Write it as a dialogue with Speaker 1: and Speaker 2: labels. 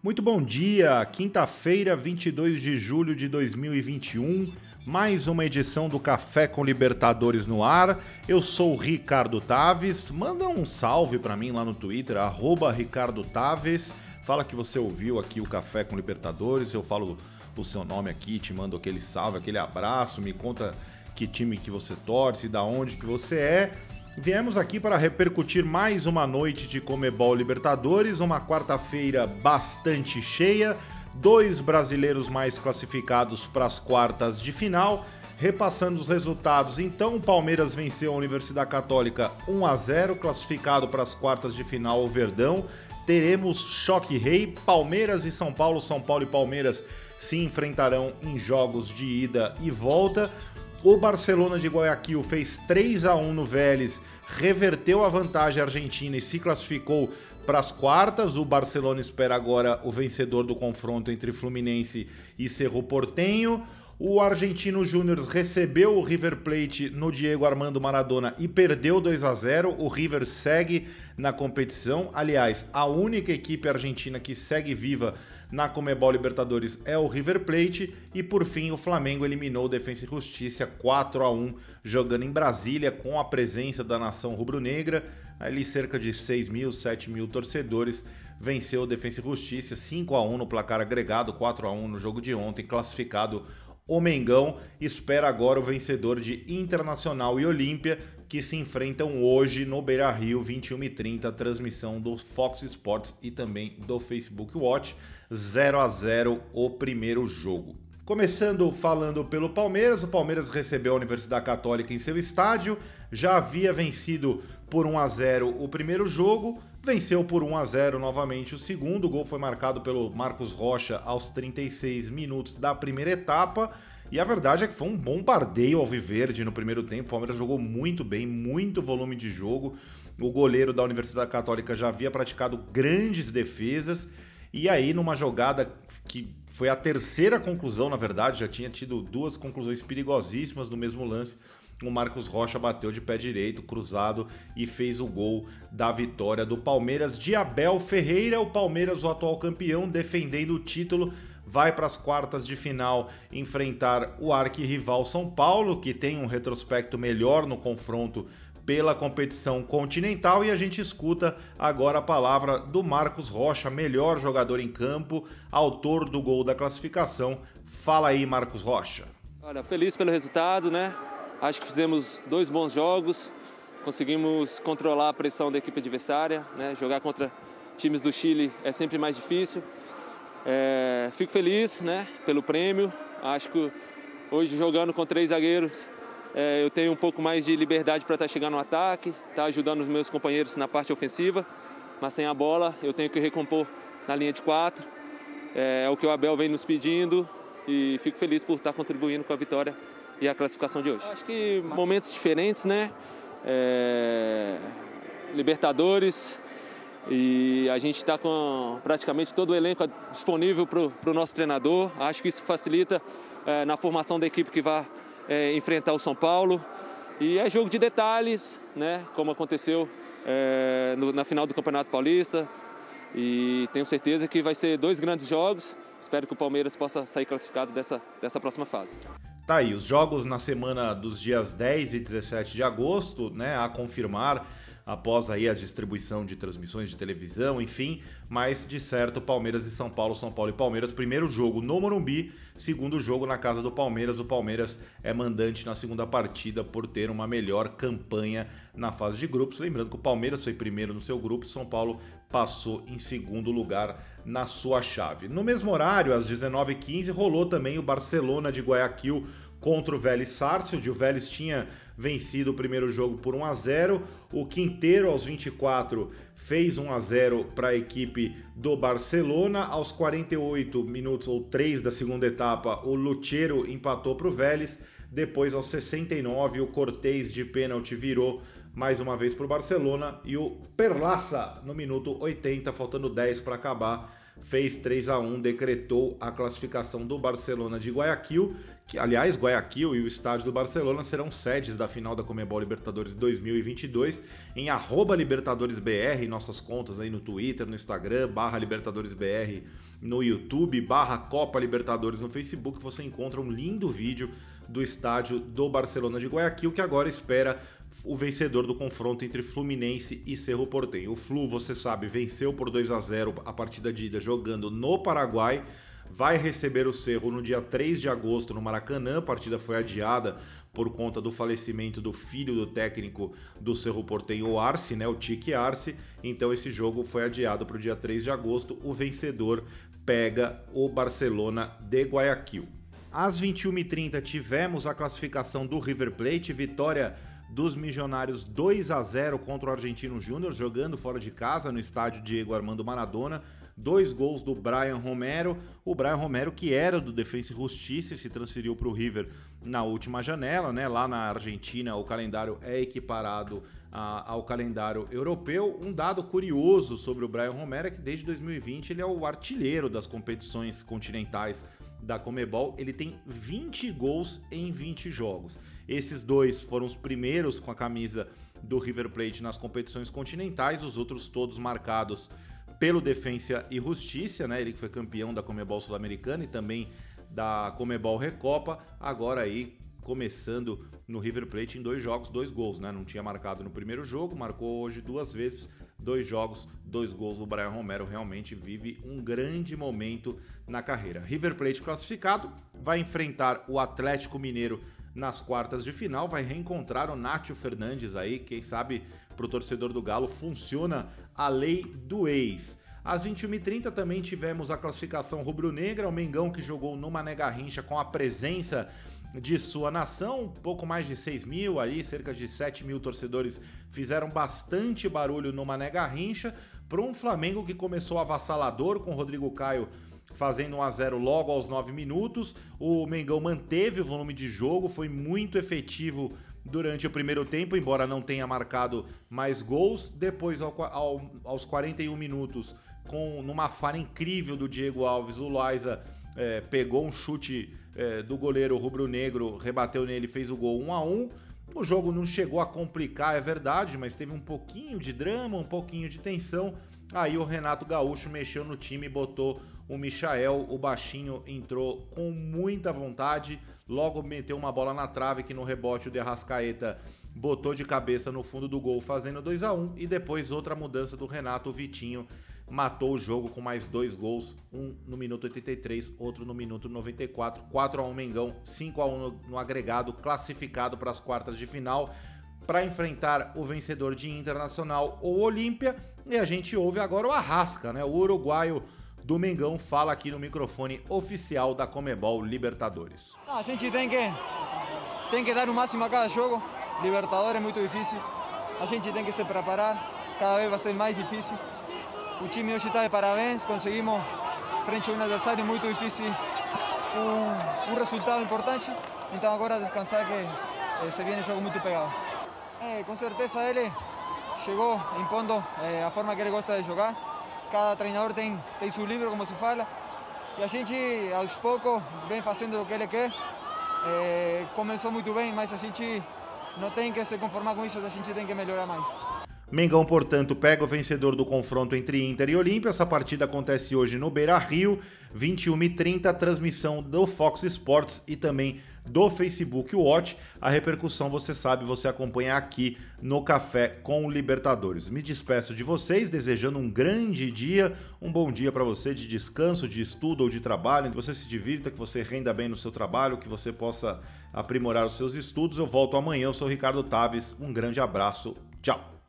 Speaker 1: Muito bom dia, quinta-feira, 22 de julho de 2021, mais uma edição do Café com Libertadores no ar. Eu sou o Ricardo Taves, manda um salve pra mim lá no Twitter, @RicardoTaves, fala que você ouviu aqui o Café com Libertadores, eu falo o seu nome aqui, te mando aquele salve, aquele abraço, me conta que time que você torce, da onde que você é. Viemos aqui para repercutir mais uma noite de Conmebol Libertadores, uma quarta-feira bastante cheia, 2 brasileiros mais classificados para as quartas de final. Repassando os resultados, então o Palmeiras venceu a Universidade Católica 1-0, classificado para as quartas de final o Verdão. Teremos choque rei, Palmeiras e São Paulo e Palmeiras se enfrentarão em jogos de ida e volta. O Barcelona de Guayaquil fez 3-1 no Vélez, reverteu a vantagem argentina e se classificou para as quartas. O Barcelona espera agora o vencedor do confronto entre Fluminense e Cerro Porteño. O Argentino Júnior recebeu o River Plate no Diego Armando Maradona e perdeu 2-0. O River segue na competição. Aliás, a única equipe argentina que segue viva na Conmebol Libertadores é o River Plate. E por fim, o Flamengo eliminou o Defensa e Justiça 4-1, jogando em Brasília com a presença da nação rubro-negra. Ali cerca de 6.000, 7.000 torcedores. Venceu o Defensa e Justiça 5-1 no placar agregado, 4-1 no jogo de ontem, classificado. O Mengão espera agora o vencedor de Internacional e Olímpia, que se enfrentam hoje no Beira-Rio, 21h30, transmissão do Fox Sports e também do Facebook Watch. 0-0 o primeiro jogo. Começando falando pelo Palmeiras, o Palmeiras recebeu a Universidade Católica em seu estádio, já havia vencido por 1-0 o primeiro jogo, venceu por 1-0 novamente o segundo. O gol foi marcado pelo Marcos Rocha aos 36 minutos da primeira etapa. E a verdade é que foi um bombardeio alviverde no primeiro tempo. O Palmeiras jogou muito bem, muito volume de jogo. O goleiro da Universidade Católica já havia praticado grandes defesas. E aí, numa jogada que foi a terceira conclusão, na verdade, já tinha tido 2 conclusões perigosíssimas no mesmo lance, o Marcos Rocha bateu de pé direito, cruzado, e fez o gol da vitória do Palmeiras de Abel Ferreira. O Palmeiras, o atual campeão, defendendo o título, vai para as quartas de final enfrentar o arquirrival São Paulo, que tem um retrospecto melhor no confronto pela competição continental. E a gente escuta agora a palavra do Marcos Rocha, melhor jogador em campo, autor do gol da classificação. Fala aí, Marcos Rocha.
Speaker 2: Olha, feliz pelo resultado, né? Acho que fizemos 2 bons jogos, conseguimos controlar a pressão da equipe adversária, né? Jogar contra times do Chile é sempre mais difícil. Fico feliz, né, pelo prêmio. Acho que hoje, jogando com 3 zagueiros, eu tenho um pouco mais de liberdade para estar chegando no ataque, estar ajudando os meus companheiros na parte ofensiva, mas sem a bola eu tenho que recompor na linha de 4. É o que o Abel vem nos pedindo e fico feliz por estar contribuindo com a vitória e a classificação de hoje. Acho que momentos diferentes, né? Libertadores, e a gente está com praticamente todo o elenco disponível para o nosso treinador. Acho que isso facilita na formação da equipe que vai enfrentar o São Paulo. E é jogo de detalhes, né? Como aconteceu na final do Campeonato Paulista. E tenho certeza que vai ser 2 grandes jogos. Espero que o Palmeiras possa sair classificado dessa próxima fase.
Speaker 1: Tá aí, os jogos na semana dos dias 10 e 17 de agosto, né, a confirmar após aí a distribuição de transmissões de televisão, enfim, mas de certo Palmeiras e São Paulo e Palmeiras, primeiro jogo no Morumbi, segundo jogo na casa do Palmeiras. O Palmeiras é mandante na segunda partida por ter uma melhor campanha na fase de grupos. Lembrando que o Palmeiras foi primeiro no seu grupo, São Paulo passou em segundo lugar na sua chave. No mesmo horário, às 19h15, rolou também o Barcelona de Guayaquil contra o Vélez Sarsfield. O Vélez tinha vencido o primeiro jogo por 1-0. O Quinteiro, aos 24, fez 1-0 para a equipe do Barcelona. Aos 48 minutos, ou 3 da segunda etapa, o Lutero empatou para o Vélez. Depois, aos 69, o Cortés de pênalti virou mais uma vez para o Barcelona. E o Perlaza, no minuto 80, faltando 10 para acabar, fez 3-1, decretou a classificação do Barcelona de Guayaquil, que, aliás, Guayaquil e o estádio do Barcelona serão sedes da final da Conmebol Libertadores 2022, em @LibertadoresBR, nossas contas aí no Twitter, no Instagram, /LibertadoresBR no YouTube, /Copa Libertadores no Facebook, você encontra um lindo vídeo do estádio do Barcelona de Guayaquil, que agora espera o vencedor do confronto entre Fluminense e Cerro Porteño. O Flu, você sabe, venceu por 2-0 a partida de ida jogando no Paraguai, vai receber o Cerro no dia 3 de agosto no Maracanã. A partida foi adiada por conta do falecimento do filho do técnico do Cerro Porteño, o Arce, né, o Tique Arce. Então esse jogo foi adiado para o dia 3 de agosto. O vencedor pega o Barcelona de Guayaquil. Às 21h30 tivemos a classificação do River Plate, vitória dos Milionários 2-0 contra o Argentino Júnior, jogando fora de casa no estádio Diego Armando Maradona. 2 gols do Brian Romero, o Brian Romero que era do Defensa e Justiça e se transferiu para o River na última janela, né? Lá na Argentina o calendário é equiparado ao calendário europeu. Um dado curioso sobre o Brian Romero é que desde 2020 ele é o artilheiro das competições continentais da Conmebol. Ele tem 20 gols em 20 jogos. Esses 2 foram os primeiros com a camisa do River Plate nas competições continentais, os outros todos marcados pelo Defensa e Justiça, né? Ele que foi campeão da Conmebol Sul-Americana e também da Conmebol Recopa, agora aí começando no River Plate em 2 jogos, 2 gols, né? Não tinha marcado no primeiro jogo, marcou hoje 2 vezes, 2 jogos, 2 gols. O Brian Romero realmente vive um grande momento na carreira. River Plate classificado, vai enfrentar o Atlético Mineiro nas quartas de final, vai reencontrar o Nátio Fernandes aí, quem sabe pro torcedor do Galo funciona a lei do ex. Às 21h30 também tivemos a classificação rubro-negra, o Mengão que jogou no Mané Garrincha com a presença de sua nação, pouco mais de 6 mil ali, cerca de 7 mil torcedores fizeram bastante barulho no Mané Garrincha, para um Flamengo que começou avassalador com o Rodrigo Caio fazendo 1-0 logo aos 9 minutos. O Mengão manteve o volume de jogo, foi muito efetivo durante o primeiro tempo, embora não tenha marcado mais gols. Depois, aos 41 minutos, numa falha incrível do Diego Alves, o Loaiza pegou um chute do goleiro rubro-negro, rebateu nele e fez o gol 1-1. O jogo não chegou a complicar, é verdade, mas teve um pouquinho de drama, um pouquinho de tensão. Aí o Renato Gaúcho mexeu no time e botou o Michael, o baixinho entrou com muita vontade, logo meteu uma bola na trave que no rebote o De Arrascaeta botou de cabeça no fundo do gol fazendo 2-1 e depois outra mudança do Renato, o Vitinho matou o jogo com mais 2 gols, um no minuto 83, outro no minuto 94, 4-1 Mengão, 5-1 no agregado, classificado para as quartas de final para enfrentar o vencedor de Internacional ou Olímpia. E a gente ouve agora o Arrasca, né? O uruguaio do Mengão fala aqui no microfone oficial da Conmebol Libertadores.
Speaker 3: A gente tem que dar o máximo a cada jogo. Libertadores é muito difícil. A gente tem que se preparar. Cada vez vai ser mais difícil. O time hoje está de parabéns. Conseguimos, frente a um adversário muito difícil, um resultado importante. Então agora descansar que se viene um jogo muito pegado. Com certeza ele chegou impondo a forma que ele gosta de jogar. Cada treinador tem seu livro, como se fala. E a gente, aos poucos, vem fazendo o que ele quer. Começou muito bem, mas a gente não tem que se conformar com isso, a gente tem que melhorar mais.
Speaker 1: Mengão, portanto, pega o vencedor do confronto entre Inter e Olímpia. Essa partida acontece hoje no Beira-Rio, 21h30, transmissão do Fox Sports e também do Facebook Watch. A repercussão, você sabe, você acompanha aqui no Café com Libertadores. Me despeço de vocês, desejando um grande dia, um bom dia para você de descanso, de estudo ou de trabalho, que você se divirta, que você renda bem no seu trabalho, que você possa aprimorar os seus estudos. Eu volto amanhã, eu sou o Ricardo Taves, um grande abraço, tchau!